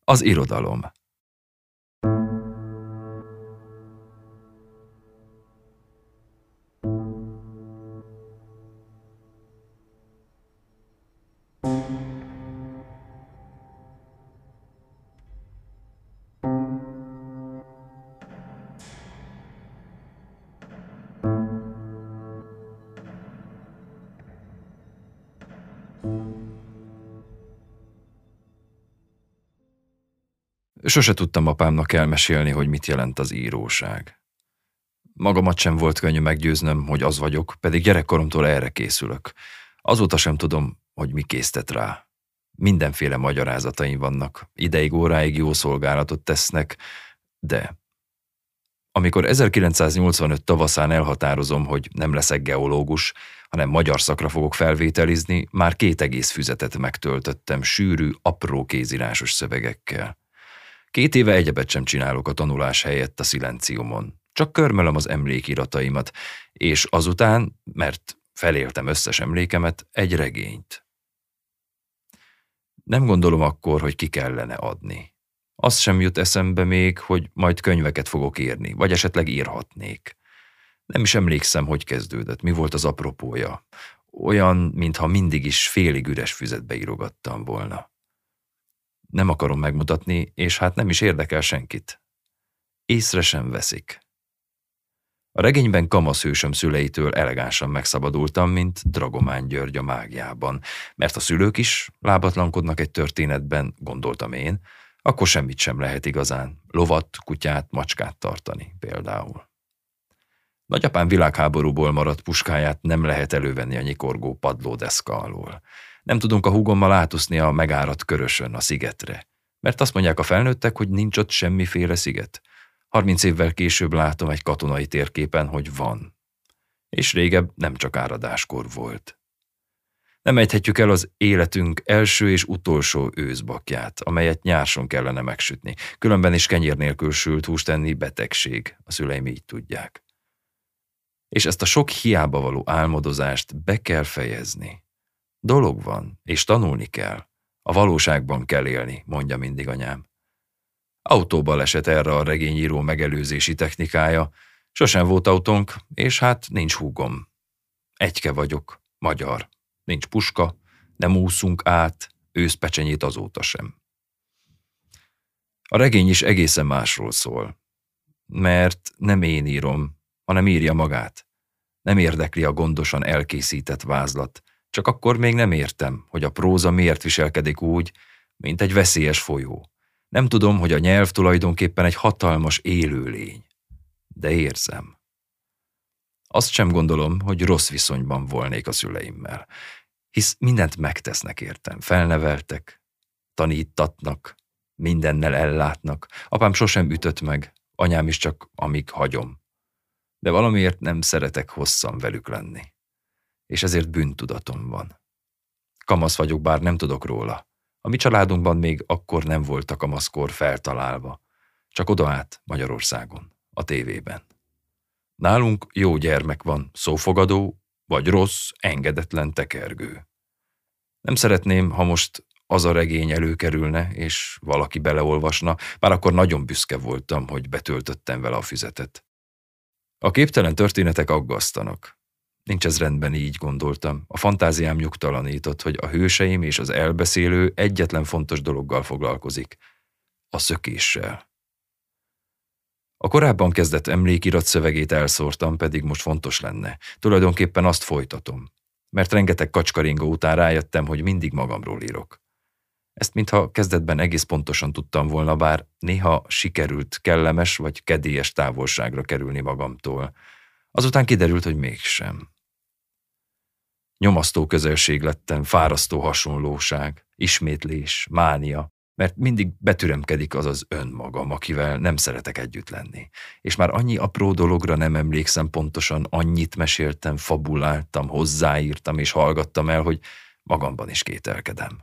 Az irodalom. Sose tudtam apámnak elmesélni, hogy mit jelent az íróság. Magamat sem volt könnyű meggyőznöm, hogy az vagyok, pedig gyerekkoromtól erre készülök. Azóta sem tudom, hogy mi késztet rá. Mindenféle magyarázataim vannak, ideig óráig jó szolgálatot tesznek, de amikor 1985 tavaszán elhatározom, hogy nem leszek geológus, hanem magyar szakra fogok felvételizni, már 2 egész füzetet megtöltöttem sűrű, apró kézírásos szövegekkel. 2 éve egyebet sem csinálok a tanulás helyett a szilenciumon. Csak körmölöm az emlékirataimat, és azután, mert feléltem összes emlékemet, egy regényt. Nem gondolom akkor, hogy ki kellene adni. Az sem jut eszembe még, hogy majd könyveket fogok írni, vagy esetleg írhatnék. Nem is emlékszem, hogy kezdődött, mi volt az apropója. Olyan, mintha mindig is félig üres füzetbe írogattam volna. Nem akarom megmutatni, és hát nem is érdekel senkit. Észre sem veszik. A regényben kamaszhősöm szüleitől elegánsan megszabadultam, mint Dragomán György a Mágiában, mert a szülők is lábatlankodnak egy történetben, gondoltam én, akkor semmit sem lehet igazán, lovat, kutyát, macskát tartani például. Nagyapám világháborúból maradt puskáját nem lehet elővenni a nyikorgó padlódeszka alól. Nem tudunk a húgommal átúszni a megáradt Körösön a szigetre, mert azt mondják a felnőttek, hogy nincs ott semmiféle sziget. 30 évvel később látom egy katonai térképen, hogy van. És régebb nem csak áradáskor volt. Nem ejthetjük el az életünk első és utolsó őszbakját, amelyet nyárson kellene megsütni. Különben is kenyér nélkül sült húst enni betegség, a szüleim így tudják. És ezt a sok hiába való álmodozást be kell fejezni. Dolog van, és tanulni kell. A valóságban kell élni, mondja mindig anyám. Autóbaleset erre a regényíró megelőzési technikája. Sosem volt autónk, és hát nincs húgom. Egyke vagyok, magyar. Nincs puska, nem úszunk át, őszpecsenyét azóta sem. A regény is egészen másról szól. Mert nem én írom, hanem írja magát. Nem érdekli a gondosan elkészített vázlat, csak akkor még nem értem, hogy a próza miért viselkedik úgy, mint egy veszélyes folyó. Nem tudom, hogy a nyelv tulajdonképpen egy hatalmas élőlény. De érzem. Azt sem gondolom, hogy rossz viszonyban volnék a szüleimmel, hisz mindent megtesznek értem, felneveltek, tanítatnak, mindennel ellátnak. Apám sosem ütött meg, anyám is csak amíg hagyom. De valamiért nem szeretek hosszan velük lenni. És ezért bűntudatom van. Kamasz vagyok, bár nem tudok róla. A mi családunkban még akkor nem volt a kamaszkor feltalálva, csak oda át Magyarországon, a tévében. Nálunk jó gyermek van, szófogadó, vagy rossz, engedetlen tekergő. Nem szeretném, ha most az a regény előkerülne, és valaki beleolvasna, bár akkor nagyon büszke voltam, hogy betöltöttem vele a füzetet. A képtelen történetek aggasztanak. Nincs ez rendben, így gondoltam. A fantáziám nyugtalanított, hogy a hőseim és az elbeszélő egyetlen fontos dologgal foglalkozik. A szökéssel. A korábban kezdett emlékirat szövegét elszórtam, pedig most fontos lenne. Tulajdonképpen azt folytatom. Mert rengeteg kacskaringó után rájöttem, hogy mindig magamról írok. Ezt mintha kezdetben egész pontosan tudtam volna, bár néha sikerült kellemes vagy kedélyes távolságra kerülni magamtól. Azután kiderült, hogy mégsem. Nyomasztó közelség lettem, fárasztó hasonlóság, ismétlés, mánia, mert mindig betüremkedik az az önmagam, akivel nem szeretek együtt lenni. És már annyi apró dologra nem emlékszem pontosan, annyit meséltem, fabuláltam, hozzáírtam és hallgattam el, hogy magamban is kételkedem.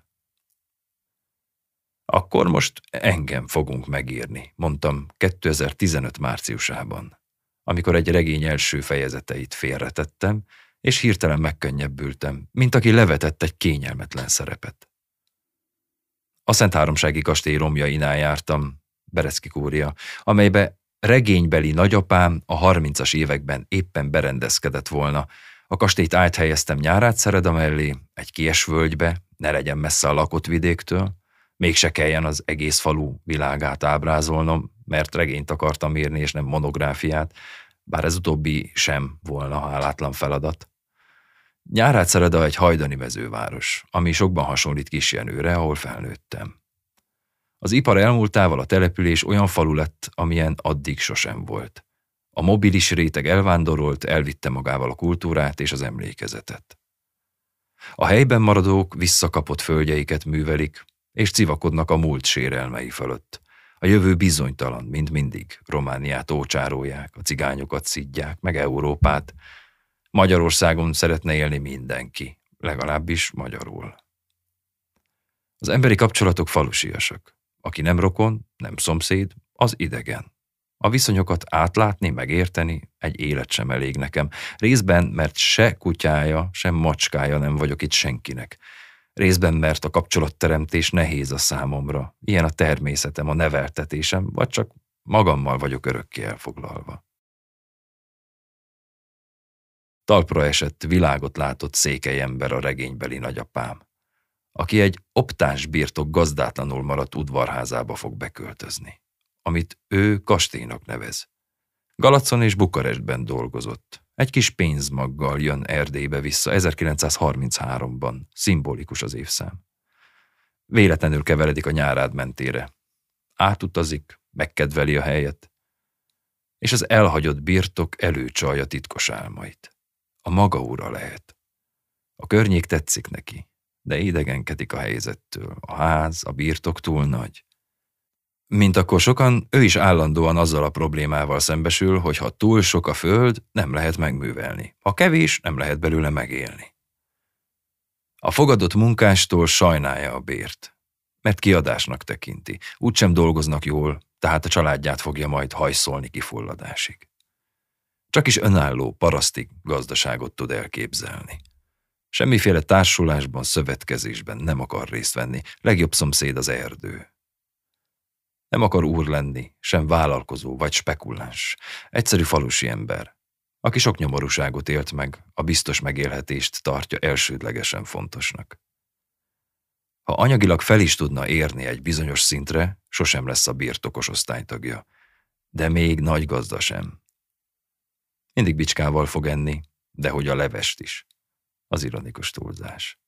Akkor most engem fogunk megírni, mondtam 2015 márciusában, amikor egy regény első fejezeteit félretettem, és hirtelen megkönnyebbültem, mint aki levetett egy kényelmetlen szerepet. A Szentháromsági kastély romjainál jártam, Berecki kúria, amelybe regénybeli nagyapám a 30-as években éppen berendezkedett volna. A kastélyt áthelyeztem Nyárádszereda mellé, egy kiesvölgybe, ne legyen messze a lakott vidéktől, mégse kelljen az egész falu világát ábrázolnom, mert regényt akartam írni, és nem monográfiát, bár ez utóbbi sem volna hálátlan feladat. Nyárádszereda egy hajdani mezőváros, ami sokban hasonlít Kisjenőre, ahol felnőttem. Az ipar elmúltával a település olyan falu lett, amilyen addig sosem volt. A mobilis réteg elvándorolt, elvitte magával a kultúrát és az emlékezetet. A helyben maradók visszakapott földjeiket művelik, és civakodnak a múlt sérelmei fölött. A jövő bizonytalan, mint mindig. Romániát ócsárolják, a cigányokat szidják, meg Európát. Magyarországon szeretne élni mindenki, legalábbis magyarul. Az emberi kapcsolatok falusiasak. Aki nem rokon, nem szomszéd, az idegen. A viszonyokat átlátni, megérteni egy élet sem elég nekem. Részben, mert se kutyája, sem macskája nem vagyok itt senkinek. Részben, mert a kapcsolatteremtés nehéz a számomra. Ilyen a természetem, a neveltetésem, vagy csak magammal vagyok örökké elfoglalva. Talpra esett, világot látott székely ember a regénybeli nagyapám, aki egy optáns birtok gazdátlanul maradt udvarházába fog beköltözni, amit ő kastélynak nevez. Galacon és Bukarestben dolgozott. Egy kis pénzmaggal jön Erdélybe vissza 1933-ban, szimbolikus az évszám. Véletlenül keveredik a Nyárád mentére. Átutazik, megkedveli a helyet, és az elhagyott birtok előcsalja titkos álmait. A maga ura lehet. A környék tetszik neki, de idegenkedik a helyzettől. A ház, a birtok túl nagy. Mint akkor sokan, ő is állandóan azzal a problémával szembesül, hogy ha túl sok a föld, nem lehet megművelni. Ha kevés, nem lehet belőle megélni. A fogadott munkástól sajnálja a bért, mert kiadásnak tekinti. Úgysem dolgoznak jól, tehát a családját fogja majd hajszolni kifulladásig. Csak is önálló, paraszti gazdaságot tud elképzelni. Semmiféle társulásban, szövetkezésben nem akar részt venni, legjobb szomszéd az erdő. Nem akar úr lenni, sem vállalkozó vagy spekuláns, egyszerű falusi ember, aki sok nyomorúságot élt meg, a biztos megélhetést tartja elsődlegesen fontosnak. Ha anyagilag fel is tudna érni egy bizonyos szintre, sosem lesz a birtokos osztálytagja, de még nagy gazda sem. Mindig bicskával fog enni, de hogy a levest is. Az ironikus túlzás.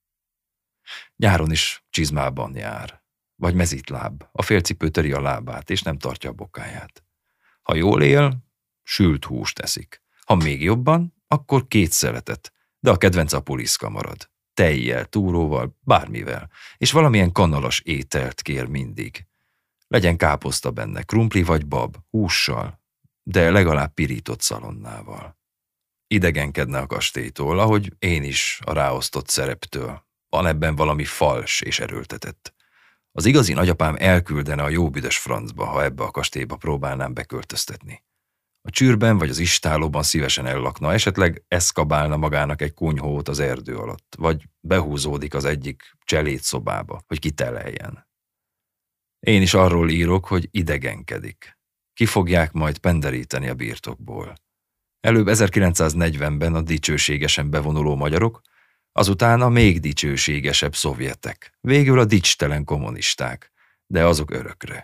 Nyáron is csizmában jár, vagy mezitláb, a félcipő töri a lábát, és nem tartja a bokáját. Ha jól él, sült húst eszik. Ha még jobban, akkor 2 szeletet, de a kedvenc a puliszka marad. Tejjel, túróval, bármivel, és valamilyen kanalas ételt kér mindig. Legyen káposzta benne, krumpli vagy bab, hússal, de legalább pirított szalonnával. Idegenkedne a kastélytól, ahogy én is a ráosztott szereptől. Van ebben valami fals és erőltetett. Az igazi nagyapám elküldene a jó büdös francba, ha ebbe a kastélyba próbálnám beköltöztetni. A csűrben vagy az istálóban szívesen ellakna, esetleg eszkabálna magának egy kunyhót az erdő alatt, vagy behúzódik az egyik cselédszobába, hogy kiteleljen. Én is arról írok, hogy idegenkedik. Ki fogják majd penderíteni a birtokból. Előbb 1940-ben a dicsőségesen bevonuló magyarok, azután a még dicsőségesebb szovjetek, végül a dicstelen kommunisták, de azok örökre.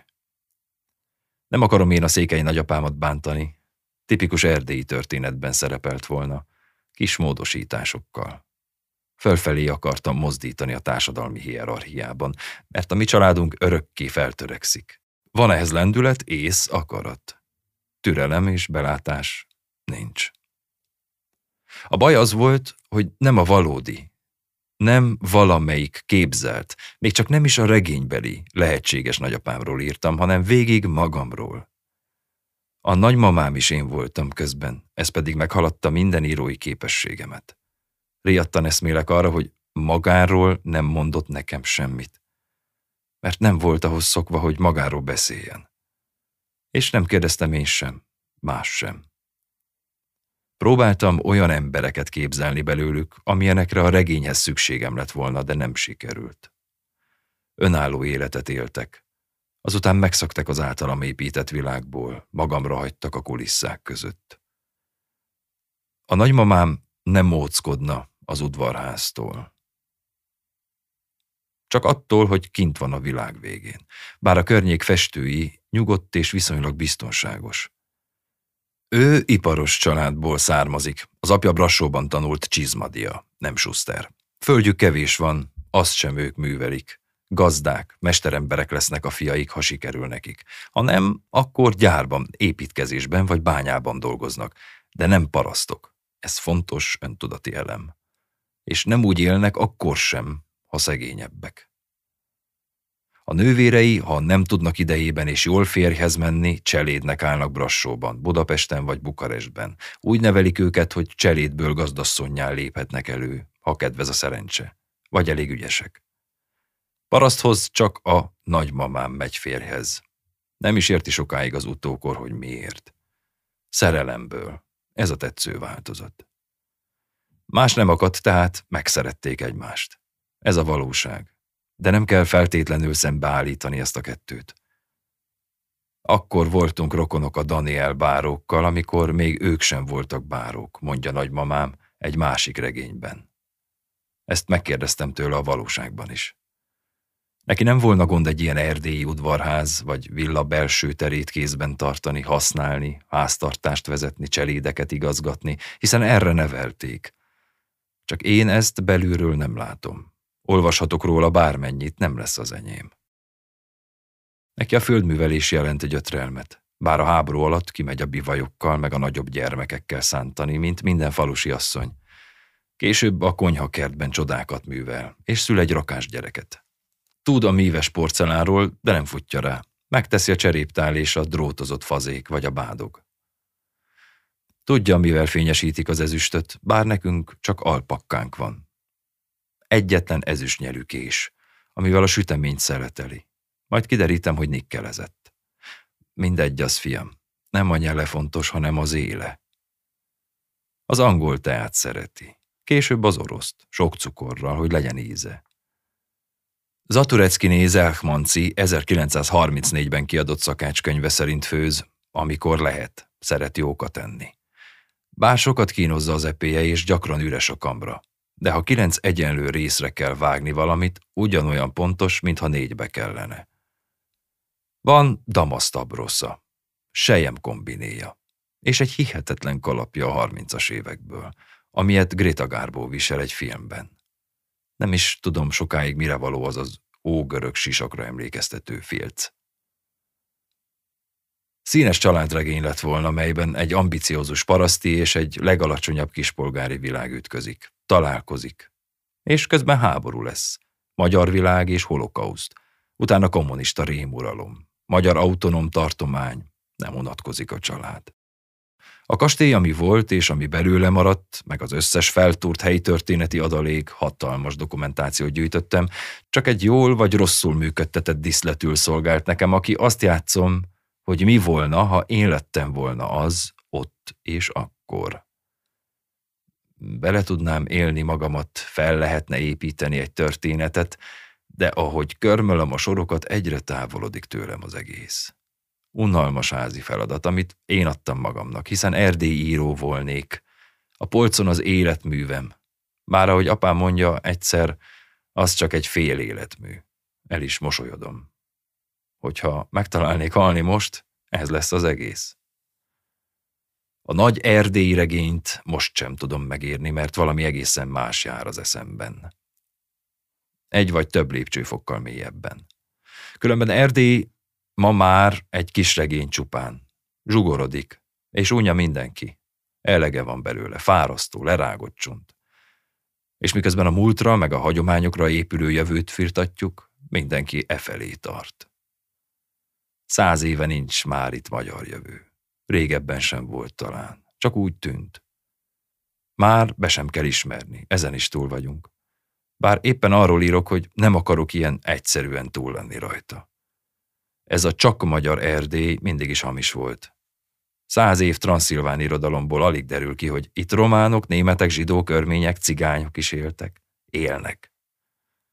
Nem akarom én a székely nagyapámat bántani, tipikus erdélyi történetben szerepelt volna, kis módosításokkal. Fölfelé akartam mozdítani a társadalmi hierarchiában, mert a mi családunk örökké feltörekszik. Van ehhez lendület, ész, akarat. Türelem és belátás nincs. A baj az volt, hogy nem a valódi, nem valamelyik képzelt, még csak nem is a regénybeli, lehetséges nagyapámról írtam, hanem végig magamról. A nagymamám is én voltam közben, ez pedig meghaladta minden írói képességemet. Riadtan eszmélek arra, hogy magáról nem mondott nekem semmit, mert nem volt ahhoz szokva, hogy magáról beszéljen. És nem kérdeztem én sem, más sem. Próbáltam olyan embereket képzelni belőlük, amilyenekre a regényhez szükségem lett volna, de nem sikerült. önálló életet éltek. Azután megszaktak az általam épített világból, magamra hagytak a kulisszák között. A nagymamám nem móckodna az udvarháztól. Csak attól, hogy kint van a világ végén, bár a környék festői nyugodt és viszonylag biztonságos. Ő iparos családból származik, az apja Brassóban tanult csizmadia, nem Schuster. Földjük kevés van, azt sem ők művelik. Gazdák, mesteremberek lesznek a fiaik, ha sikerül nekik. Ha nem, akkor gyárban, építkezésben vagy bányában dolgoznak, de nem parasztok. Ez fontos öntudati elem. És nem úgy élnek akkor sem, ha szegényebbek. A nővérei, ha nem tudnak idejében és jól férjhez menni, cselédnek állnak Brassóban, Budapesten vagy Bukarestben. Úgy nevelik őket, hogy cselédből gazdasszonnyá léphetnek elő, ha kedvez a szerencse, vagy elég ügyesek. Paraszthoz csak a nagymamám megy férjhez. Nem is érti sokáig az utókor, hogy miért. Szerelemből. Ez a tetsző változat. Más nem akadt, tehát megszerették egymást. Ez a valóság. De nem kell feltétlenül szembeállítani ezt a kettőt. Akkor voltunk rokonok a Daniel bárókkal, amikor még ők sem voltak bárók, mondja nagymamám egy másik regényben. Ezt megkérdeztem tőle a valóságban is. Neki nem volna gond egy ilyen erdélyi udvarház vagy villa belső terét kézben tartani, használni, háztartást vezetni, cselédeket igazgatni, hiszen erre nevelték. Csak én ezt belülről nem látom. Olvashatok róla bármennyit, nem lesz az enyém. Neki a földművelés jelent egy gyötrelmet, bár a háború alatt kimegy a bivajokkal meg a nagyobb gyermekekkel szántani, mint minden falusi asszony. Később a konyhakertben csodákat művel, és szül egy rakás gyereket. Tud a míves porcelánról, de nem futja rá. Megteszi a cseréptál és a drótozott fazék vagy a bádog. Tudja, mivel fényesítik az ezüstöt, bár nekünk csak alpakkánk van. Egyetlen ezüstnyelű kés, amivel a süteményt szeleteli. Majd kiderítem, hogy nikkelezett. Mindegy az, fiam. Nem a nyele fontos, hanem az éle. Az angol teát szereti. Később az oroszt, sok cukorral, hogy legyen íze. Zatureckiné Zelchmanci 1934-ben kiadott szakácskönyve szerint főz, amikor lehet, szeret jókat enni. Bár sokat kínozza az epéje, és gyakran üres a kamra. De ha 9 egyenlő részre kell vágni valamit, ugyanolyan pontos, mintha 4-be kellene. Van damasztabrosza, selyem kombinéja, és egy hihetetlen kalapja a 30-as évekből, amilyet Greta Garbo visel egy filmben. Nem is tudom sokáig mire való az ógörög sisakra emlékeztető filc. Színes családregény lett volna, melyben egy ambiciózus paraszti és egy legalacsonyabb kispolgári világ ütközik, találkozik. És közben háború lesz. Magyar világ és holokauszt. Utána kommunista rémuralom. Magyar autonóm tartomány. Nem unatkozik a család. A kastély, ami volt és ami belőle maradt, meg az összes feltúrt helytörténeti adalék, hatalmas dokumentációt gyűjtöttem, csak egy jól vagy rosszul működtetett diszletül szolgált nekem, aki azt játszom, hogy mi volna, ha én lettem volna az, ott és akkor. Bele tudnám élni magamat, fel lehetne építeni egy történetet, de ahogy körmölöm a sorokat, egyre távolodik tőlem az egész. Unalmas házi feladat, amit én adtam magamnak, hiszen erdélyi író volnék. A polcon az életművem. Bár ahogy apám mondja, egyszer, az csak egy fél életmű. El is mosolyodom. Hogyha megtalálnék halni most, ez lesz az egész. A nagy erdélyi regényt most sem tudom megírni, mert valami egészen más jár az eszemben. Egy vagy több lépcsőfokkal mélyebben. Különben Erdély ma már egy kis regény csupán. Zsugorodik, és unja mindenki. Elege van belőle, fárasztó, lerágott csunt. És miközben a múltra meg a hagyományokra épülő jövőt firtatjuk, mindenki efelé tart. 100 éve nincs már itt magyar jövő. Régebben sem volt talán, csak úgy tűnt. Már be sem kell ismerni, ezen is túl vagyunk. Bár éppen arról írok, hogy nem akarok ilyen egyszerűen túl lenni rajta. Ez a csak magyar Erdély mindig is hamis volt. 100 év transzilván irodalomból alig derül ki, hogy itt románok, németek, zsidók, örmények, cigányok is éltek. Élnek.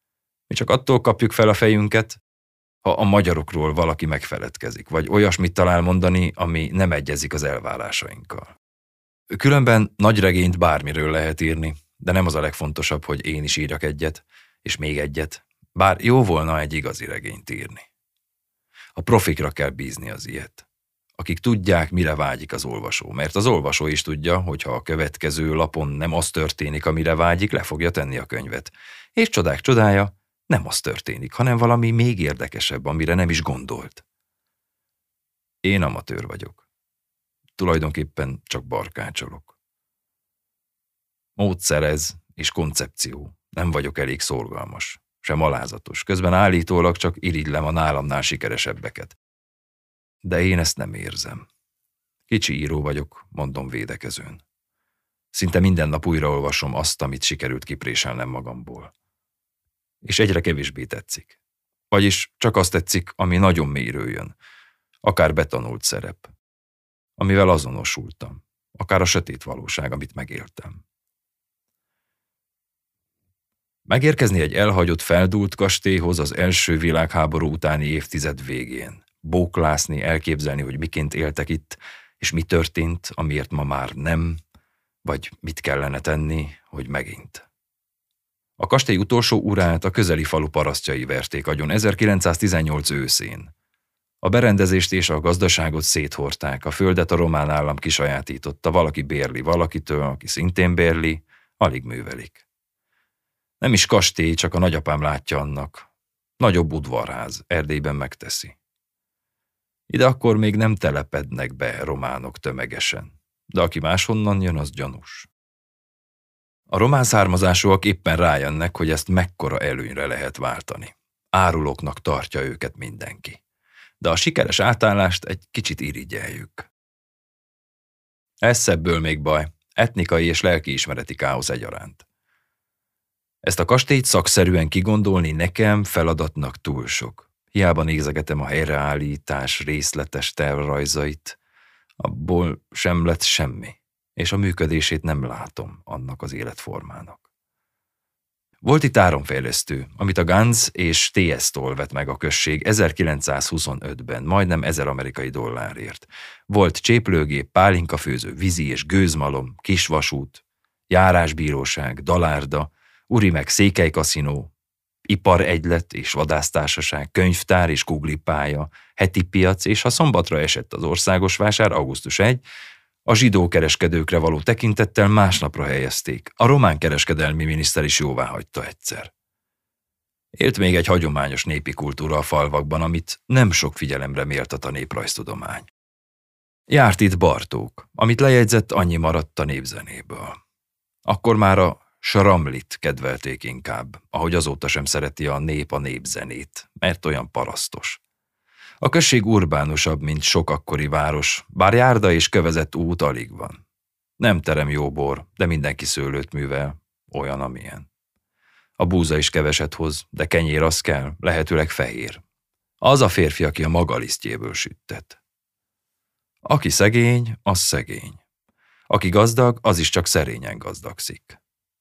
Mi csak attól kapjuk fel a fejünket, ha a magyarokról valaki megfeledkezik, vagy olyasmit talál mondani, ami nem egyezik az elvárásainkkal. Különben nagy regényt bármiről lehet írni, de nem az a legfontosabb, hogy én is írjak egyet, és még egyet, bár jó volna egy igazi regényt írni. A profikra kell bízni az ilyet, akik tudják, mire vágyik az olvasó, mert az olvasó is tudja, hogy ha a következő lapon nem az történik, amire vágyik, le fogja tenni a könyvet. És csodák csodája, nem az történik, hanem valami még érdekesebb, amire nem is gondolt. Én amatőr vagyok. Tulajdonképpen csak barkácsolok. Módszer ez, és koncepció. Nem vagyok elég szorgalmas, sem alázatos. Közben állítólag csak irigylem a nálamnál sikeresebbeket. De én ezt nem érzem. Kicsi író vagyok, mondom védekezőn. Szinte minden nap újraolvasom azt, amit sikerült kipréselnem magamból. És egyre kevésbé tetszik. Vagyis csak azt tetszik, ami nagyon mélyről jön. Akár betanult szerep. Amivel azonosultam. Akár a sötét valóság, amit megéltem. Megérkezni egy elhagyott, feldúlt kastélyhoz az első világháború utáni évtized végén. Bóklászni, elképzelni, hogy miként éltek itt, és mi történt, amiért ma már nem, vagy mit kellene tenni, hogy megint. A kastély utolsó urát a közeli falu parasztjai verték agyon 1918 őszén. A berendezést és a gazdaságot széthordták, a földet a román állam kisajátította, valaki bérli valakitől, aki szintén bérli, alig művelik. Nem is kastély, csak a nagyapám látja annak. Nagyobb udvarház, Erdélyben megteszi. Ide akkor még nem telepednek be románok tömegesen, de aki máshonnan jön, az gyanús. A román származásúak éppen rájönnek, hogy ezt mekkora előnyre lehet váltani. Árulóknak tartja őket mindenki. De a sikeres átállást egy kicsit irigyeljük. Ez szebből még baj, etnikai és lelkiismereti káosz egyaránt. Ezt a kastélyt szakszerűen kigondolni nekem feladatnak túl sok. Hiába nézegetem a helyreállítás részletes tervrajzait, abból sem lett semmi, és a működését nem látom annak az életformának. Volt itt áramfejlesztő, amit a Ganz és TS-tól vett meg a község 1925-ben, majdnem 1000 amerikai dollárért. Volt cséplőgép, pálinkafőző, vízi és gőzmalom, kisvasút, járásbíróság, dalárda, Urimek székelykaszinó, iparegylet és vadásztársaság, könyvtár és kuglipálya, heti piac, és ha szombatra esett az országos vásár, augusztus 1, a zsidó kereskedőkre való tekintettel másnapra helyezték. A román kereskedelmi miniszter is jóváhagyta egyszer. Élt még egy hagyományos népi kultúra a falvakban, amit nem sok figyelemre méltat a néprajztudomány. Járt itt Bartók, amit lejegyzett, annyi maradt a népzenéből. Akkor már a Sramlit kedvelték inkább, ahogy azóta sem szereti a népzenét, mert olyan parasztos. A község urbánusabb, mint sok akkori város, bár járda és kövezett út alig van. Nem terem jó bor, de mindenki szőlőt művel, olyan amilyen. A búza is keveset hoz, de kenyér az kell, lehetőleg fehér. Az a férfi, aki a maga lisztjéből süttet. Aki szegény, az szegény. Aki gazdag, az is csak szerényen gazdagszik.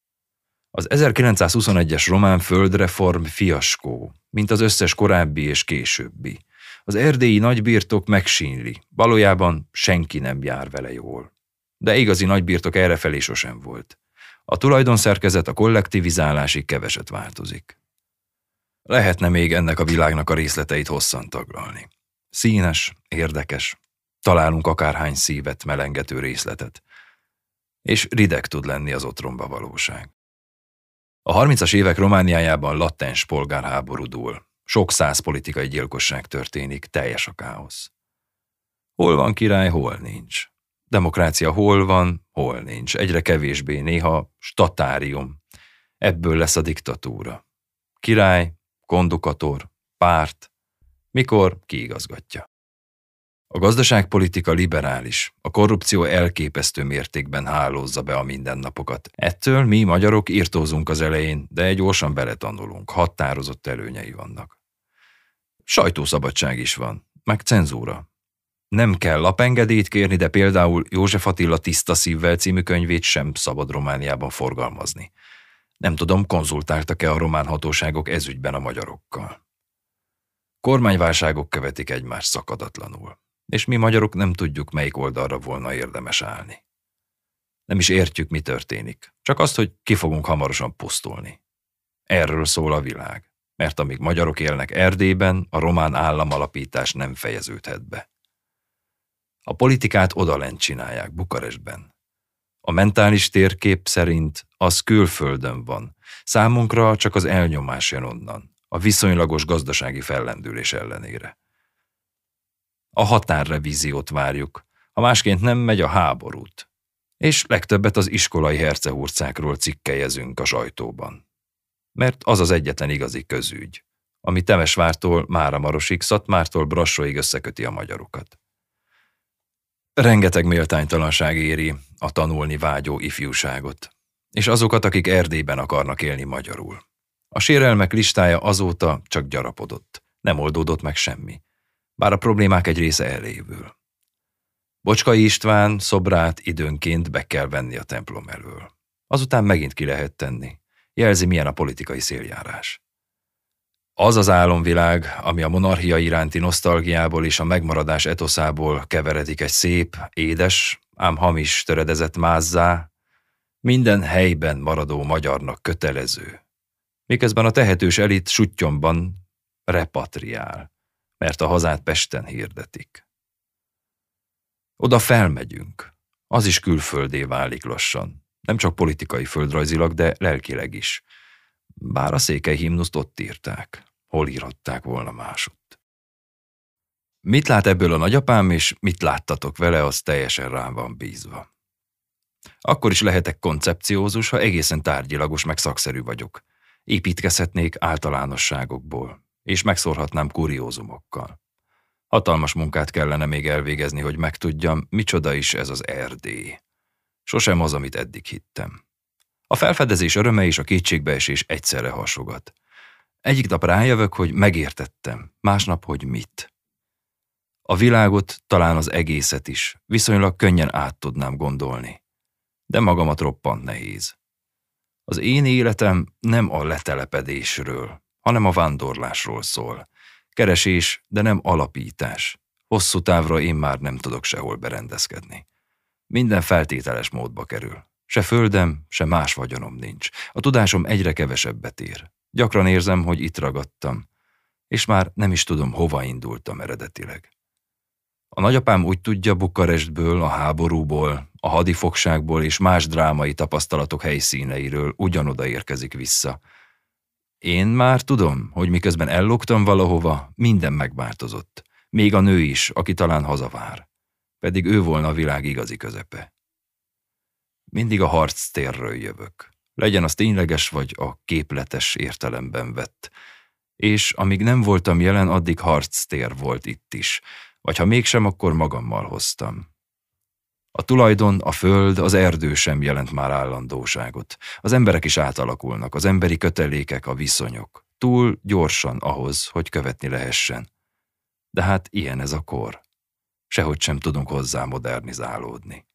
Az 1921-es román földreform fiaskó, mint az összes korábbi és későbbi. Az erdélyi nagybirtok megsínli, valójában senki nem jár vele jól. De igazi nagybirtok errefelé sosem volt. A tulajdonszerkezet a kollektivizálásig keveset változik. Lehetne még ennek a világnak a részleteit hosszan taglalni. Színes, érdekes, találunk akárhány szívet melengető részletet. És rideg tud lenni az otromba valóság. A 30-as évek Romániájában latens polgárháború dúl. Sok száz politikai gyilkosság történik, teljes a káosz. Hol van király, hol nincs. Demokrácia hol van, hol nincs. Egyre kevésbé, néha statárium. Ebből lesz a diktatúra. Király, kondukator, párt. Mikor kiigazgatja. A gazdaságpolitika liberális, a korrupció elképesztő mértékben hálózza be a mindennapokat. Ettől mi magyarok irtózunk az elején, de gyorsan beletanulunk, határozott előnyei vannak. Sajtószabadság is van, meg cenzúra. Nem kell lapengedélyt kérni, de például József Attila Tiszta szívvel című könyvét sem szabad Romániában forgalmazni. Nem tudom, konzultáltak-e a román hatóságok ezügyben a magyarokkal. Kormányválságok követik egymást szakadatlanul, és mi magyarok nem tudjuk, melyik oldalra volna érdemes állni. Nem is értjük, mi történik, csak azt, hogy ki fogunk hamarosan pusztulni. Erről szól a világ, mert amíg magyarok élnek Erdélyben, a román államalapítás nem fejeződhet be. A politikát odalent csinálják, Bukarestben. A mentális térkép szerint az külföldön van, számunkra csak az elnyomás jön onnan, a viszonylagos gazdasági fellendülés ellenére. A határrevíziót várjuk, ha másként nem megy a háborút, és legtöbbet az iskolai hercehurcákról cikkelyezünk a sajtóban. Mert az az egyetlen igazi közügy, ami Temesvártól Máramarosig, Szatmártól Brassóig összeköti a magyarokat. Rengeteg méltánytalanság éri a tanulni vágyó ifjúságot, és azokat, akik Erdélyben akarnak élni magyarul. A sérelmek listája azóta csak gyarapodott, nem oldódott meg semmi, bár a problémák egy része elévül. Bocskai István szobrát időnként be kell venni a templom elől. Azután megint ki lehet tenni. Jelzi, milyen a politikai széljárás. Az az álomvilág, ami a monarchia iránti nosztalgiából és a megmaradás etoszából keveredik egy szép, édes, ám hamis töredezett mázzá, minden helyben maradó magyarnak kötelező, miközben a tehetős elit suttyomban repatriál, mert a hazát Pesten hirdetik. Oda felmegyünk, az is külföldé válik lassan, nem csak politikai földrajzilag, de lelkileg is. Bár a székely himnuszt ott írták, hol írhatták volna másutt. Mit lát ebből a nagyapám, és mit láttatok vele, az teljesen rám van bízva. Akkor is lehetek koncepciózus, ha egészen tárgyilagos meg szakszerű vagyok. Építkezhetnék általánosságokból, és megszórhatnám kuriózumokkal. Hatalmas munkát kellene még elvégezni, hogy megtudjam, micsoda is ez az Erdély. Sosem az, amit eddig hittem. A felfedezés öröme és a kétségbeesés egyszerre hasogat. Egyik nap rájövök, hogy megértettem, másnap, hogy mit. A világot, talán az egészet is viszonylag könnyen át tudnám gondolni, de magamat roppant nehéz. Az én életem nem a letelepedésről, hanem a vándorlásról szól. Keresés, de nem alapítás. Hosszú távra én már nem tudok sehol berendezkedni. Minden feltételes módba kerül. Se földem, se más vagyonom nincs. A tudásom egyre kevesebbet ér. Gyakran érzem, hogy itt ragadtam, és már nem is tudom, hova indultam eredetileg. A nagyapám úgy tudja, Bukarestből, a háborúból, a hadifogságból és más drámai tapasztalatok helyszíneiről ugyanoda érkezik vissza. Én már tudom, hogy miközben ellogtam valahova, minden megváltozott. Még a nő is, aki talán hazavár. Pedig ő volna a világ igazi közepe. Mindig a harctérről jövök. Legyen az tényleges vagy a képletes értelemben vett. És amíg nem voltam jelen, addig harctér volt itt is. Vagy ha mégsem, akkor magammal hoztam. A tulajdon, a föld, az erdő sem jelent már állandóságot. Az emberek is átalakulnak, az emberi kötelékek, a viszonyok. Túl gyorsan ahhoz, hogy követni lehessen. De hát ilyen ez a kor. Sehogy sem tudunk hozzá modernizálódni.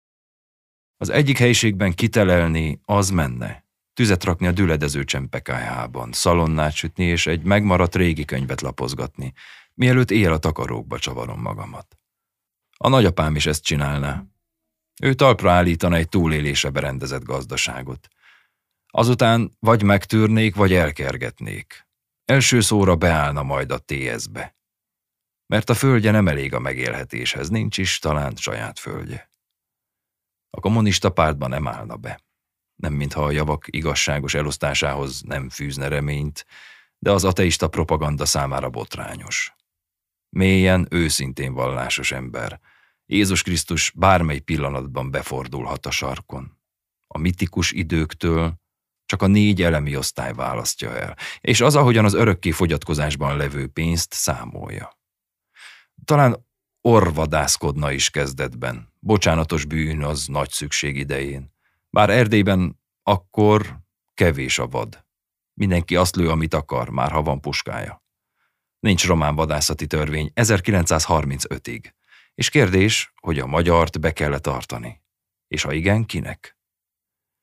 Az egyik helyiségben kitelelni, az menne. Tüzet rakni a düledező csempekájában, szalonnát sütni és egy megmaradt régi könyvet lapozgatni, mielőtt éjjel a takarókba csavarom magamat. A nagyapám is ezt csinálná. Ő talpra állítana egy túlélésre berendezett gazdaságot. Azután vagy megtűrnék, vagy elkergetnék. Első szóra beállna majd a TS-be. Mert a földje nem elég a megélhetéshez, nincs is talán saját földje. A kommunista pártban nem állna be. Nem mintha a javak igazságos elosztásához nem fűzne reményt, de az ateista propaganda számára botrányos. Mélyen, őszintén vallásos ember. Jézus Krisztus bármely pillanatban befordulhat a sarkon. A mitikus időktől csak a 4 elemi osztály választja el, és az, ahogyan az örökké fogyatkozásban levő pénzt számolja. Talán orvadászkodna is kezdetben, bocsánatos bűn az nagy szükség idején. Bár Erdélyben akkor kevés a vad. Mindenki azt lő, amit akar, már ha van puskája. Nincs román vadászati törvény 1935-ig, és kérdés, hogy a magyart be kell tartani. És ha igen, kinek?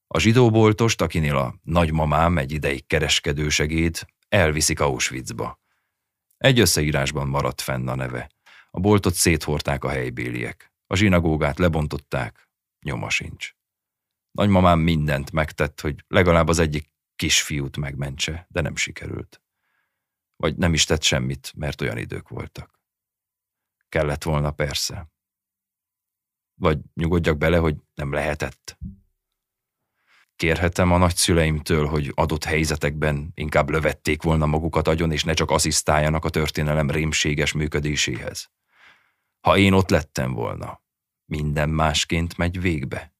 A zsidóboltost, akinél a nagymamám egy ideig kereskedősegéd, elviszik Auschwitzba. Egy összeírásban maradt fenn a neve. A boltot széthordták a helybéliek. A zsinagógát lebontották, nyoma sincs. Nagymamám mindent megtett, hogy legalább az egyik kisfiút megmentse, de nem sikerült. Vagy nem is tett semmit, mert olyan idők voltak. Kellett volna, persze. Vagy nyugodjak bele, hogy nem lehetett. Kérhetem a nagyszüleimtől, hogy adott helyzetekben inkább lövették volna magukat agyon, és ne csak asszisztáljanak a történelem rémséges működéséhez. Ha én ott lettem volna, minden másként megy végbe.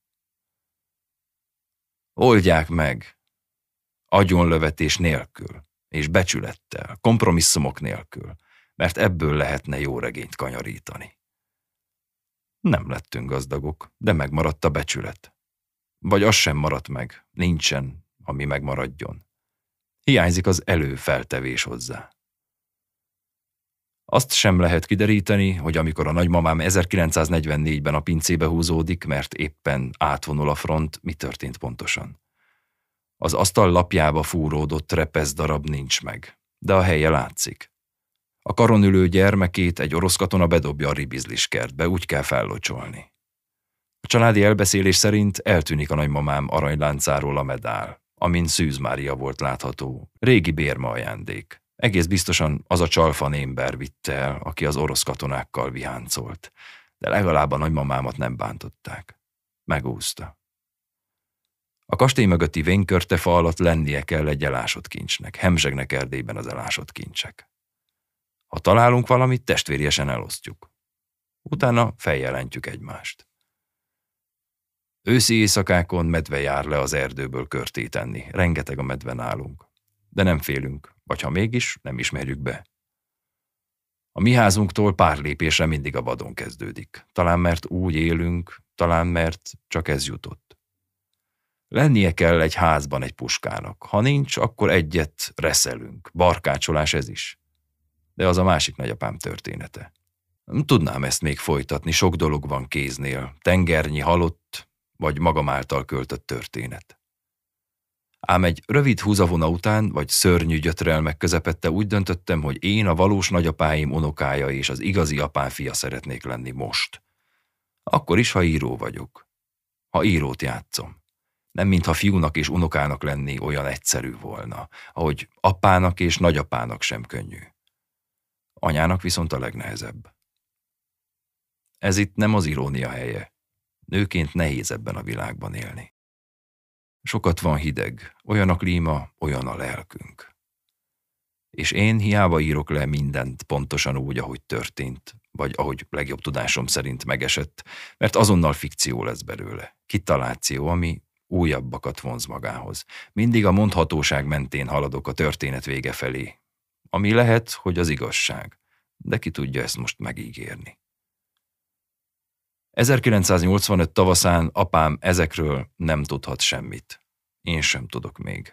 Oldják meg, agyonlövetés nélkül, és becsülettel, kompromisszumok nélkül, mert ebből lehetne jó regényt kanyarítani. Nem lettünk gazdagok, de megmaradt a becsület. Vagy az sem maradt meg, nincsen, ami megmaradjon. Hiányzik az előfeltevés hozzá. Azt sem lehet kideríteni, hogy amikor a nagymamám 1944-ben a pincébe húzódik, mert éppen átvonul a front, mi történt pontosan. Az asztal lapjába fúródott repeszdarab nincs meg, de a helye látszik. A karon ülő gyermekét egy orosz katona bedobja a ribizlis kertbe, úgy kell fellocsolni. A családi elbeszélés szerint eltűnik a nagymamám aranyláncáról a medál, amin Szűz Mária volt látható. Régi bérma ajándék. Egész biztosan az a csalfan émber vitte el, aki az orosz katonákkal viháncolt, de legalább a nagymamámat nem bántották. Megúszta. A kastély mögötti vénykörtefa alatt lennie kell egy elásott kincsnek, hemzsegnek Erdélyben az elásott kincsek. Ha találunk valamit, testvériesen elosztjuk. Utána feljelentjük egymást. Őszi éjszakákon medve jár le az erdőből körtét enni, rengeteg a medve nálunk. De nem félünk, vagy ha mégis, nem ismerjük be. A mi házunktól pár lépésre mindig a vadon kezdődik. Talán mert úgy élünk, talán mert csak ez jutott. Lennie kell egy házban egy puskának. Ha nincs, akkor egyet reszelünk. Barkácsolás ez is. De az a másik nagyapám története. Nem tudnám ezt még folytatni, sok dolog van kéznél. Tengernyi halott, vagy magam által költött történet. Ám egy rövid húzavona után, vagy szörnyű gyötrelmek közepette úgy döntöttem, hogy én a valós nagyapáim unokája és az igazi apám fia szeretnék lenni most. Akkor is, ha író vagyok. Ha írót játszom. Nem mintha fiúnak és unokának lenni olyan egyszerű volna, ahogy apának és nagyapának sem könnyű. Anyának viszont a legnehezebb. Ez itt nem az irónia helye. Nőként nehéz ebben a világban élni. Sokat van hideg, olyan a klíma, olyan a lelkünk. És én hiába írok le mindent pontosan úgy, ahogy történt, vagy ahogy legjobb tudásom szerint megesett, mert azonnal fikció lesz belőle, kitaláció, ami újabbakat vonz magához. Mindig a mondhatóság mentén haladok a történet vége felé, ami lehet, hogy az igazság, de ki tudja ezt most megígérni. 1985 tavaszán apám ezekről nem tudhat semmit. Én sem tudok még.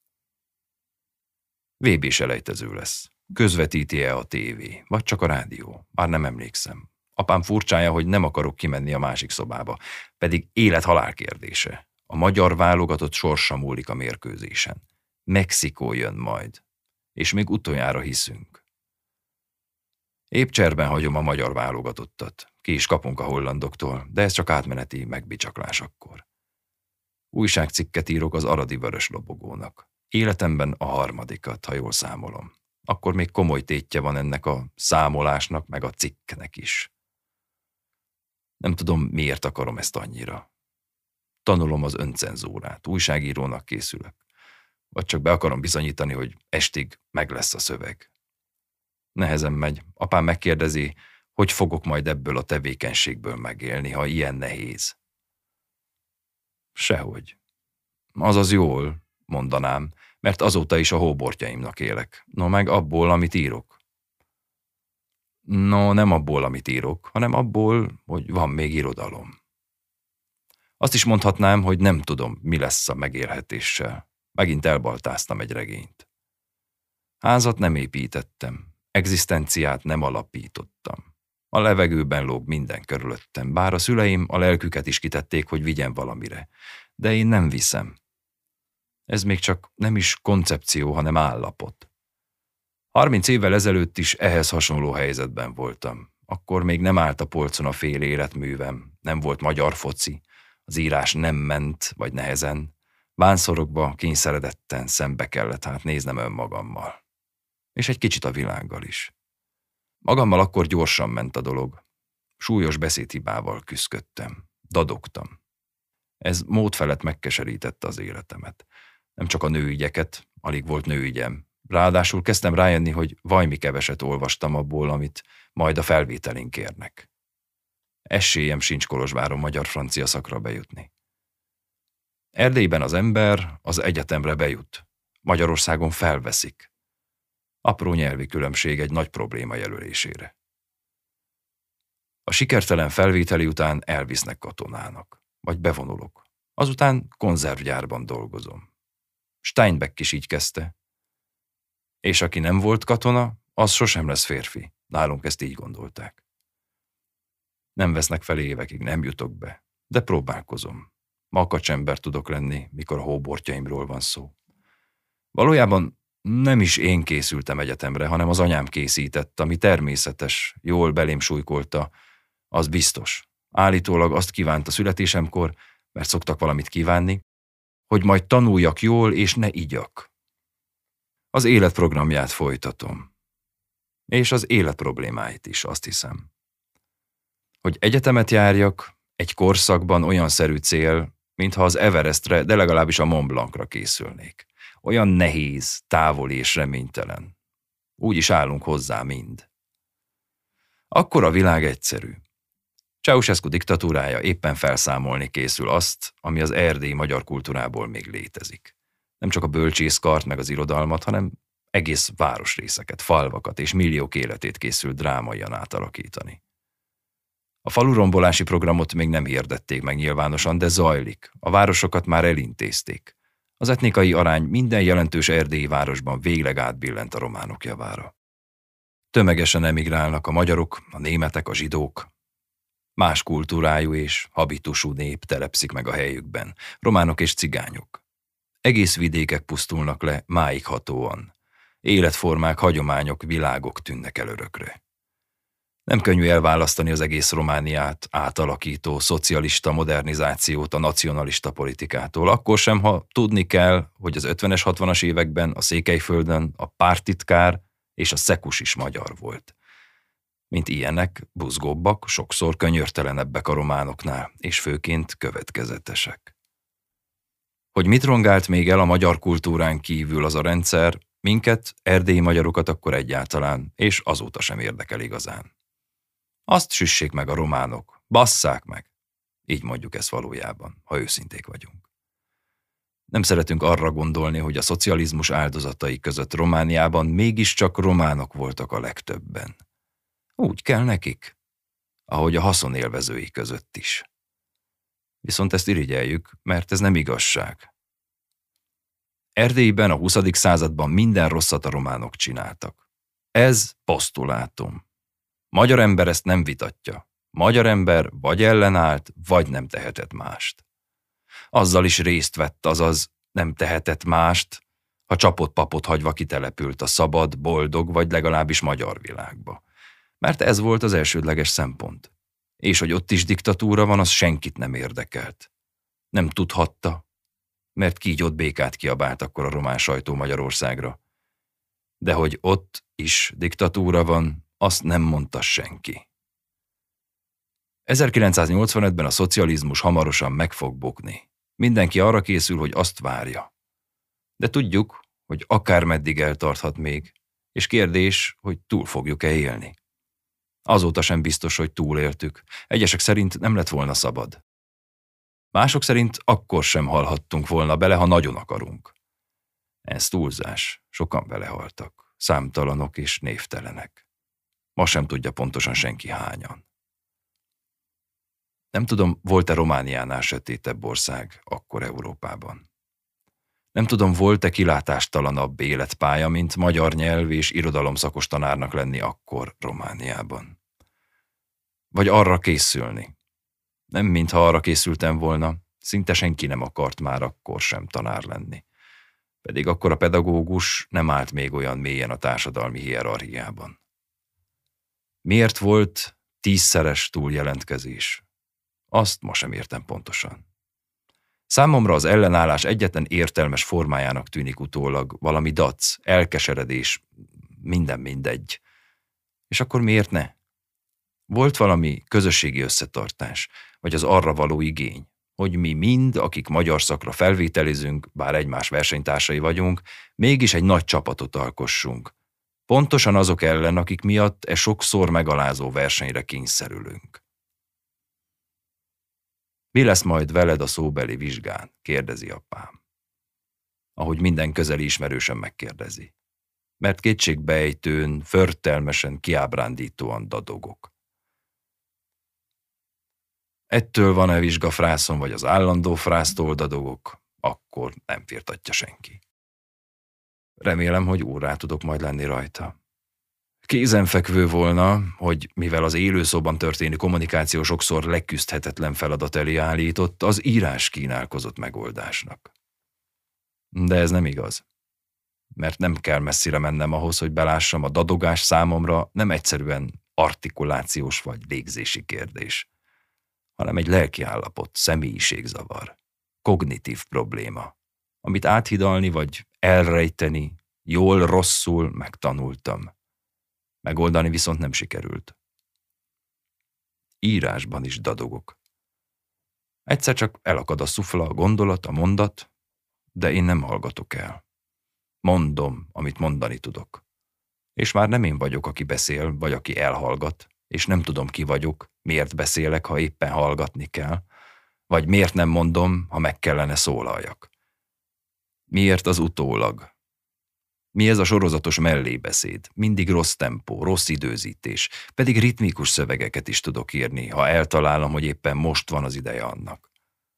VB selejtező lesz. Közvetíti-e a tévé, vagy csak a rádió? Már nem emlékszem. Apám furcsája, hogy nem akarok kimenni a másik szobába, pedig élet-halál kérdése. A magyar válogatott sorsa múlik a mérkőzésen. Mexikó jön majd, és még utoljára hiszünk. Épp cserben hagyom a magyar válogatottat. Ki is kapunk a hollandoktól, de ez csak átmeneti megbicsaklás akkor. Újságcikket írok az aradi vörös lobogónak. Életemben a harmadikat, ha jól számolom. Akkor még komoly tétje van ennek a számolásnak, meg a cikknek is. Nem tudom, miért akarom ezt annyira. Tanulom az öncenzúrát, újságírónak készülök. Vagy csak be akarom bizonyítani, hogy estig meg lesz a szöveg. Nehezen megy. Apám megkérdezi, hogy fogok majd ebből a tevékenységből megélni, ha ilyen nehéz. Sehogy. Azaz jól, mondanám, mert azóta is a hóbortjaimnak élek. No, meg abból, amit írok. No, nem abból, amit írok, hanem abból, hogy van még irodalom. Azt is mondhatnám, hogy nem tudom, mi lesz a megélhetéssel. Megint elbaltáztam egy regényt. Házat nem építettem, egzisztenciát nem alapítottam. A levegőben lóg minden körülöttem, bár a szüleim a lelküket is kitették, hogy vigyen valamire. De én nem viszem. Ez még csak nem is koncepció, hanem állapot. 30 évvel ezelőtt is ehhez hasonló helyzetben voltam. Akkor még nem állt a polcon a fél életművem, nem volt magyar foci, az írás nem ment, vagy nehezen. Bánszorokba kényszeredetten szembe kellett hát néznem önmagammal. És egy kicsit a világgal is. Magammal akkor gyorsan ment a dolog. Súlyos beszédhibával küszködtem, dadogtam. Ez mód felett megkeserítette az életemet. Nem csak a nőügyeket, alig volt nőügyem. Ráadásul kezdtem rájönni, hogy vajmi keveset olvastam abból, amit majd a felvételén kérnek. Esélyem sincs Kolozsváron magyar-francia szakra bejutni. Erdélyben az ember az egyetemre bejut. Magyarországon felveszik. Apró nyelvi különbség egy nagy probléma jelölésére. A sikertelen felvételi után elvisznek katonának, vagy bevonulok. Azután konzervgyárban dolgozom. Steinbeck is így kezdte. És aki nem volt katona, az sosem lesz férfi. Nálunk ezt így gondolták. Nem vesznek fel évekig, nem jutok be, de próbálkozom. Makacsember tudok lenni, mikor a hóbortjaimról van szó. Valójában nem is én készültem egyetemre, hanem az anyám készített, ami természetes, jól belém súlykolta, az biztos. Állítólag azt kívánta születésemkor, mert szoktak valamit kívánni, hogy majd tanuljak jól, és ne igyak. Az életprogramját folytatom. És az életproblémáit is, azt hiszem. Hogy egyetemet járjak, egy korszakban olyan szerű cél, mintha az Everestre, de legalábbis a Mont Blancra készülnék. Olyan nehéz, távoli és reménytelen. Úgy is állunk hozzá mind. Akkor a világ egyszerű. Ceausescu diktatúrája éppen felszámolni készül azt, ami az erdélyi magyar kultúrából még létezik. Nem csak a bölcsészkart meg az irodalmat, hanem egész városrészeket, falvakat és milliók életét készül drámaian átalakítani. A falurombolási programot még nem hirdették meg nyilvánosan, de zajlik. A városokat már elintézték. Az etnikai arány minden jelentős erdélyi városban végleg átbillent a románok javára. Tömegesen emigrálnak a magyarok, a németek, a zsidók. Más kultúrájú és habitusú nép telepszik meg a helyükben, románok és cigányok. Egész vidékek pusztulnak le máig hatóan. Életformák, hagyományok, világok tűnnek el örökre. Nem könnyű elválasztani az egész Romániát átalakító szocialista modernizációt a nacionalista politikától, akkor sem, ha tudni kell, hogy az 50-es, 60-as években a Székelyföldön a párttitkár és a szekus is magyar volt. Mint ilyenek, buzgóbbak, sokszor könyörtelenebbek a románoknál, és főként következetesek. Hogy mit rongált még el a magyar kultúrán kívül az a rendszer, minket, erdélyi magyarokat akkor egyáltalán, és azóta sem érdekel igazán. Azt süssék meg a románok, basszák meg. Így mondjuk ezt valójában, ha őszinték vagyunk. Nem szeretünk arra gondolni, hogy a szocializmus áldozatai között Romániában mégiscsak románok voltak a legtöbben. Úgy kell nekik, ahogy a haszonélvezői között is. Viszont ezt irigyeljük, mert ez nem igazság. Erdélyben a 20. században minden rosszat a románok csináltak. Ez posztulátum. Magyar ember ezt nem vitatja. Magyar ember vagy ellenállt, vagy nem tehetett mást. Azzal is részt vett, azaz nem tehetett mást, ha csapott papot hagyva kitelepült a szabad, boldog, vagy legalábbis magyar világba. Mert ez volt az elsődleges szempont. És hogy ott is diktatúra van, az senkit nem érdekelt. Nem tudhatta, mert kígyót békát kiabált akkor a román sajtó Magyarországra. De hogy ott is diktatúra van, azt nem mondta senki. 1985-ben a szocializmus hamarosan meg fog bukni. Mindenki arra készül, hogy azt várja. De tudjuk, hogy akármeddig eltarthat még, és kérdés, hogy túl fogjuk-e élni. Azóta sem biztos, hogy túléltük. Egyesek szerint nem lett volna szabad. Mások szerint akkor sem halhattunk volna bele, ha nagyon akarunk. Ez túlzás. Sokan belehaltak. Számtalanok és névtelenek. Ma sem tudja pontosan senki hányan. Nem tudom, volt-e Romániánál sötétebb ország akkor Európában. Nem tudom, volt-e kilátástalanabb életpálya, mint magyar nyelv és irodalomszakos tanárnak lenni akkor Romániában. Vagy arra készülni. Nem mintha arra készültem volna, Szinte senki nem akart már akkor sem tanár lenni. Pedig akkor a pedagógus nem állt még olyan mélyen a társadalmi hierarchiában. Miért volt 10-szeres túljelentkezés? Azt ma sem értem pontosan. Számomra az ellenállás egyetlen értelmes formájának tűnik utólag valami dac, elkeseredés, minden mindegy. És akkor miért ne? Volt valami közösségi összetartás, vagy az arra való igény, hogy mi mind, akik magyar szakra felvételizünk, bár egymás versenytársai vagyunk, mégis egy nagy csapatot alkossunk. Pontosan azok ellen, akik miatt sokszor megalázó versenyre kényszerülünk. Mi lesz majd veled a szóbeli vizsgán? Kérdezi apám. Ahogy minden közeli ismerősen megkérdezi. Mert kétségbejtőn, förtelmesen, kiábrándítóan dadogok. Ettől van-e vizsgafrászon, vagy az állandó frásztól dadogok, akkor nem firtatja senki. Remélem, hogy órá tudok majd lenni rajta. Kézenfekvő volna, hogy mivel az élőszóban történő kommunikáció sokszor leküzdhetetlen feladat elé állított, az írás kínálkozott megoldásnak. De ez nem igaz. Mert nem kell messzire mennem ahhoz, hogy belássam, a dadogás számomra nem egyszerűen artikulációs vagy légzési kérdés, hanem egy lelkiállapot, személyiségzavar, kognitív probléma, amit áthidalni vagy elrejteni, jól-rosszul megtanultam. Megoldani viszont nem sikerült. Írásban is dadogok. Egyszer csak elakad a szufla, a gondolat, a mondat, de én nem hallgatok el. Mondom, amit mondani tudok. És már nem én vagyok, aki beszél, vagy aki elhallgat, és nem tudom, ki vagyok, miért beszélek, ha éppen hallgatni kell, vagy miért nem mondom, ha meg kellene szólaljak. Miért az utólag? Mi ez a sorozatos mellébeszéd? Mindig rossz tempó, rossz időzítés, pedig ritmikus szövegeket is tudok írni, ha eltalálom, hogy éppen most van az ideje annak.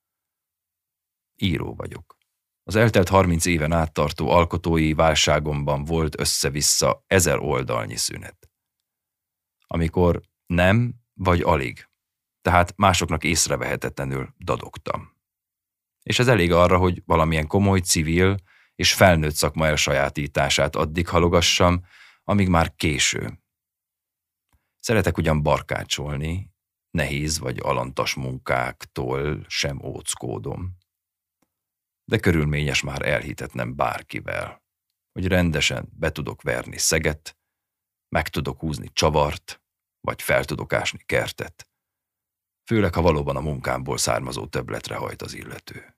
Író vagyok. Az eltelt 30 éven áttartó alkotói válságomban volt össze-vissza 1000 oldalnyi szünet. Amikor nem, vagy alig, tehát másoknak észrevehetetlenül dadogtam. És ez elég arra, hogy valamilyen komoly, civil és felnőtt szakma elsajátítását addig halogassam, amíg már késő. Szeretek ugyan barkácsolni, nehéz vagy alantas munkáktól sem óckódom. De körülményes már elhitetnem bárkivel, hogy rendesen be tudok verni szeget, meg tudok húzni csavart, vagy fel tudok ásni kertet, főleg ha valóban a munkámból származó többletre hajt az illető.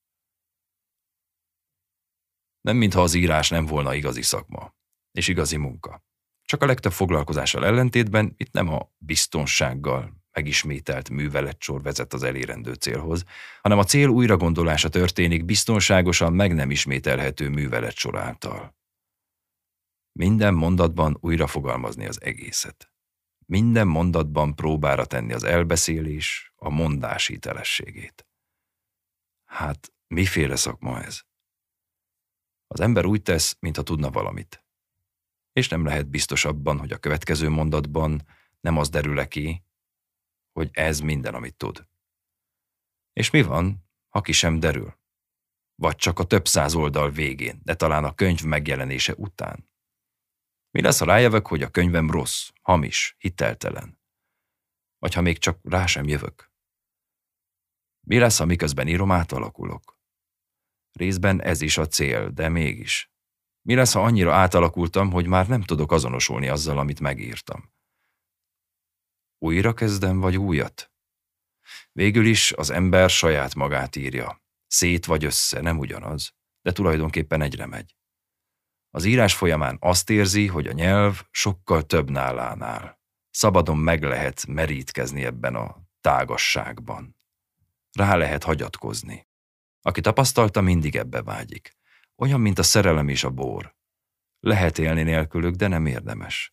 Nem mintha az írás nem volna igazi szakma, és igazi munka. Csak a legtöbb foglalkozással ellentétben itt nem a biztonsággal megismételt műveletsor vezet az elérendő célhoz, hanem a cél újragondolása történik biztonságosan meg nem ismételhető műveletsor által. Minden mondatban újra fogalmazni az egészet. Minden mondatban próbára tenni az elbeszélés, a mondás hitelességét. Hát, miféle szakma ez? Az ember úgy tesz, mintha tudna valamit. És nem lehet biztos abban, hogy a következő mondatban nem az derül ki, hogy ez minden, amit tud. És mi van, ha ki sem derül? Vagy csak a több száz oldal végén, de talán a könyv megjelenése után? Mi lesz, ha rájövök, hogy a könyvem rossz, hamis, hiteltelen? Vagy ha még csak rá sem jövök? Mi lesz, ha miközben írom, átalakulok? Részben ez is a cél, de mégis. Mi lesz, ha annyira átalakultam, hogy már nem tudok azonosulni azzal, amit megírtam? Újra kezdem, vagy újat? Végül is az ember saját magát írja. Szét vagy össze, nem ugyanaz, de tulajdonképpen egyre megy. Az írás folyamán azt érzi, hogy a nyelv sokkal több nálánál. Szabadon meg lehet merítkezni ebben a tágasságban. Rá lehet hagyatkozni. Aki tapasztalta, mindig ebbe vágyik. Olyan, mint a szerelem és a bor. Lehet élni nélkülük, de nem érdemes.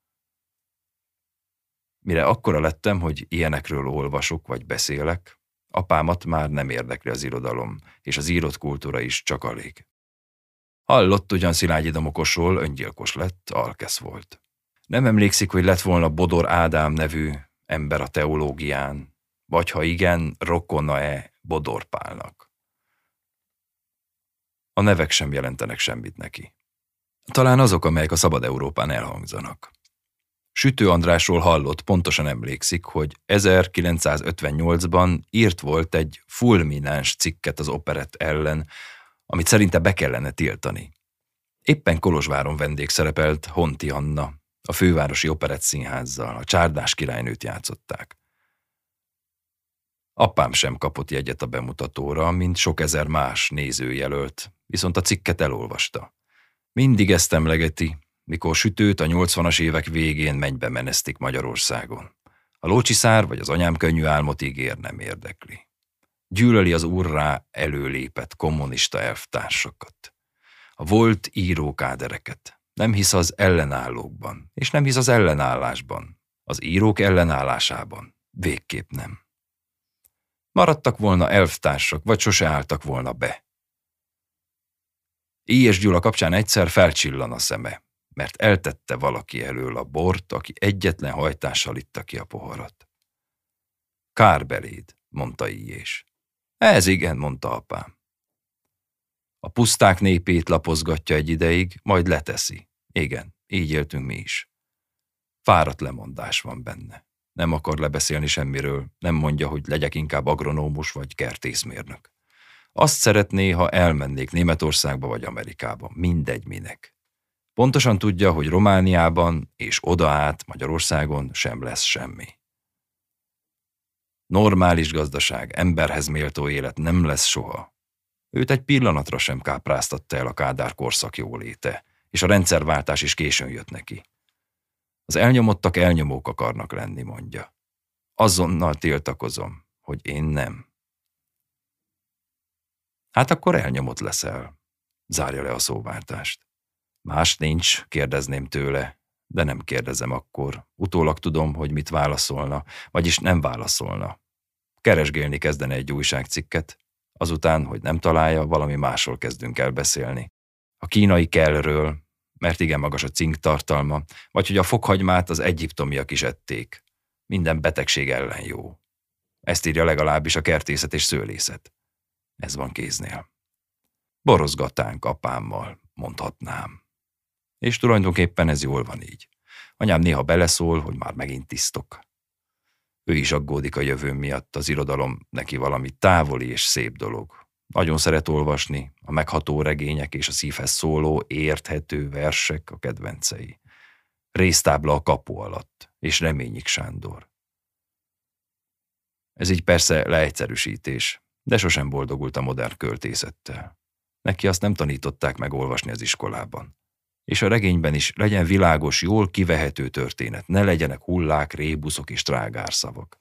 Mire akkora lettem, hogy ilyenekről olvasok vagy beszélek, apámat már nem érdekli az irodalom, és az írott kultúra is csak alig. Hallott ugyan Szilágyi Domokosról, öngyilkos lett, alkesz volt. Nem emlékszik, hogy lett volna Bodor Ádám nevű ember a teológián, vagy ha igen, rokona-e Bodor-Pálnak. A nevek sem jelentenek semmit neki. Talán azok, amelyek a Szabad Európán elhangzanak. Sütő Andrásról hallott, pontosan emlékszik, hogy 1958-ban írt volt egy fulmináns cikket az operett ellen, amit szerinte be kellene tiltani. Éppen Kolozsváron vendégszerepelt Honti Anna, a fővárosi operett színházzal, a Csárdás királynőt játszották. Apám sem kapott jegyet a bemutatóra, mint sok ezer más nézőjelölt, viszont a cikket elolvasta. Mindig ezt emlegeti, mikor Sütőt a 80-as évek végén mennybe menesztik Magyarországon. A lócsiszár vagy az anyám könnyű álmot ígér, nem érdekli. Gyűlöli az urrá előlépett kommunista elvtársakat. A volt írókádereket. Nem hisz az ellenállókban, és nem hisz az ellenállásban. Az írók ellenállásában. Végképp nem. Maradtak volna elvtársak, vagy sose álltak volna be. Ilyes Gyula kapcsán egyszer felcsillan a szeme, mert eltette valaki elől a bort, aki egyetlen hajtással itta ki a poharat. Kár beléd, mondta Ilyés. Ez igen, mondta apám. A puszták népét lapozgatja egy ideig, majd leteszi. Igen, így éltünk mi is. Fáradt lemondás van benne. Nem akar lebeszélni semmiről, nem mondja, hogy legyek inkább agronómus vagy kertészmérnök. Azt szeretné, ha elmennék Németországba vagy Amerikába, mindegy minek. Pontosan tudja, hogy Romániában és oda át Magyarországon sem lesz semmi. Normális gazdaság, emberhez méltó élet nem lesz soha. Őt egy pillanatra sem kápráztatta el a Kádár korszak jóléte, és a rendszerváltás is későn jött neki. Az elnyomottak elnyomók akarnak lenni, mondja. Azonnal tiltakozom, hogy én nem. Hát akkor elnyomott leszel, zárja le a szóváltást. Más nincs, kérdezném tőle, de nem kérdezem akkor. Utólag tudom, hogy mit válaszolna, vagyis nem válaszolna. Keresgélni kezdene egy újságcikket, azután, hogy nem találja, valami másról kezdünk el beszélni. A kínai kellről, mert igen magas a cink tartalma, vagy hogy a fokhagymát az egyiptomiak is ették. Minden betegség ellen jó. Ezt írja legalábbis a kertészet és szőlészet. Ez van kéznél. Borozgatánk apámmal, mondhatnám. És tulajdonképpen ez jól van így. Anyám néha beleszól, hogy már megint tisztok. Ő is aggódik a jövőm miatt, az irodalom neki valami távoli és szép dolog. Nagyon szeret olvasni, a megható regények és a szívhez szóló, érthető versek a kedvencei. Résztábla a kapu alatt, és Reményik Sándor. Ez így persze leegyszerűsítés, de sosem boldogult a modern költészettel. Neki azt nem tanították meg olvasni az iskolában. És a regényben is legyen világos, jól kivehető történet, ne legyenek hullák, rébuszok és trágárszavak.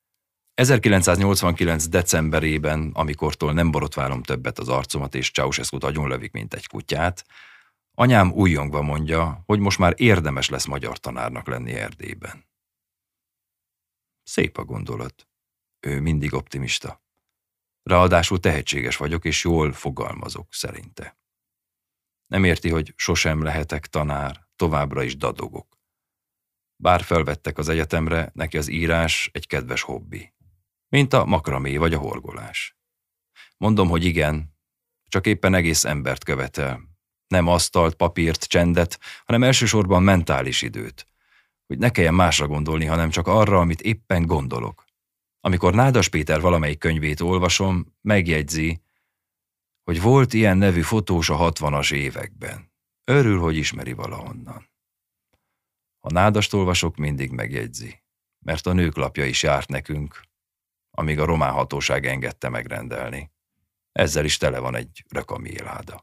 1989. decemberében, amikortól nem borotválom többet az arcomat, és Ceausescut agyonlövik, mint egy kutyát, anyám újjongva mondja, hogy most már érdemes lesz magyar tanárnak lenni Erdélyben. Szép a gondolat. Ő mindig optimista. Ráadásul tehetséges vagyok, és jól fogalmazok, szerinte. Nem érti, hogy sosem lehetek tanár, továbbra is dadogok. Bár felvettek az egyetemre, neki az írás egy kedves hobbi. Mint a makramé vagy a horgolás. Mondom, hogy igen, csak éppen egész embert követel. Nem asztalt, papírt, csendet, hanem elsősorban mentális időt. Hogy ne kelljen másra gondolni, hanem csak arra, amit éppen gondolok. Amikor Nádas Péter valamelyik könyvét olvasom, megjegyzi, hogy volt ilyen nevű fotós a 60-as években. Örül, hogy ismeri valahonnan. Ha Nádast olvasok, mindig megjegyzi, mert a Nők lapja is járt nekünk, amíg a román hatóság engedte megrendelni. Ezzel is tele van egy rökamélháda.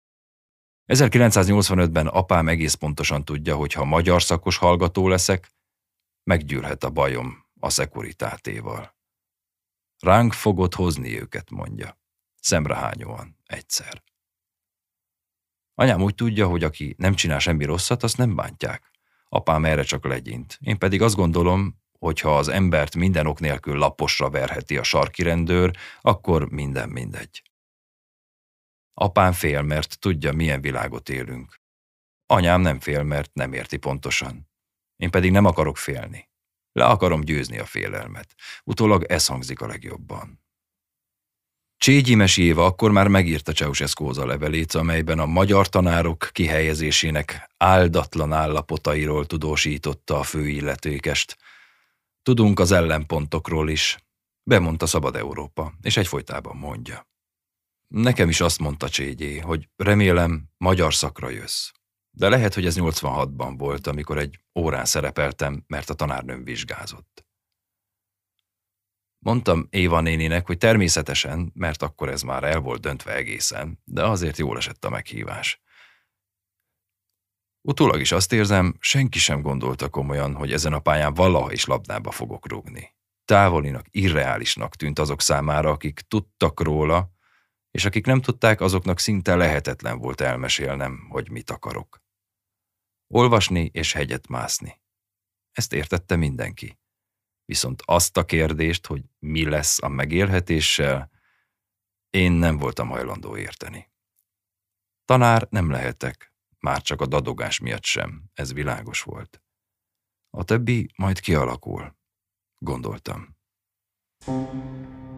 1985-ben apám egész pontosan tudja, hogy ha magyar szakos hallgató leszek, meggyűlhet a bajom a Securitátéval. Ránk fogod hozni őket, mondja. Szemrehányóan, egyszer. Anyám úgy tudja, hogy aki nem csinál semmi rosszat, azt nem bántják. Apám erre csak legyint. Én pedig azt gondolom, hogy ha az embert minden ok nélkül laposra verheti a sarki rendőr, akkor minden mindegy. Apám fél, mert tudja, milyen világot élünk. Anyám nem fél, mert nem érti pontosan. Én pedig nem akarok félni. Le akarom győzni a félelmet. Utólag ez hangzik a legjobban. Cségyi meséve akkor már megírta Ceausescu a levelét, amelyben a magyar tanárok kihelyezésének áldatlan állapotairól tudósította a főilletékest. Tudunk az ellenpontokról is. Bemondta Szabad Európa, és egyfolytában mondja. Nekem is azt mondta Cségyé, hogy remélem magyar szakra jössz. De lehet, hogy ez 86-ban volt, amikor egy órán szerepeltem, mert a tanárnőm vizsgázott. Mondtam Éva néninek, hogy természetesen, mert akkor ez már el volt döntve egészen, de azért jól esett a meghívás. Utólag is azt érzem, senki sem gondolta komolyan, hogy ezen a pályán valaha is labdába fogok rúgni. Távolinak, irreálisnak tűnt azok számára, akik tudtak róla, és akik nem tudták, azoknak szinte lehetetlen volt elmesélnem, hogy mit akarok. Olvasni és hegyet mászni. Ezt értette mindenki. Viszont azt a kérdést, hogy mi lesz a megélhetéssel, én nem voltam hajlandó érteni. Tanár nem lehetek, már csak a dadogás miatt sem, ez világos volt. A többi majd kialakul, gondoltam.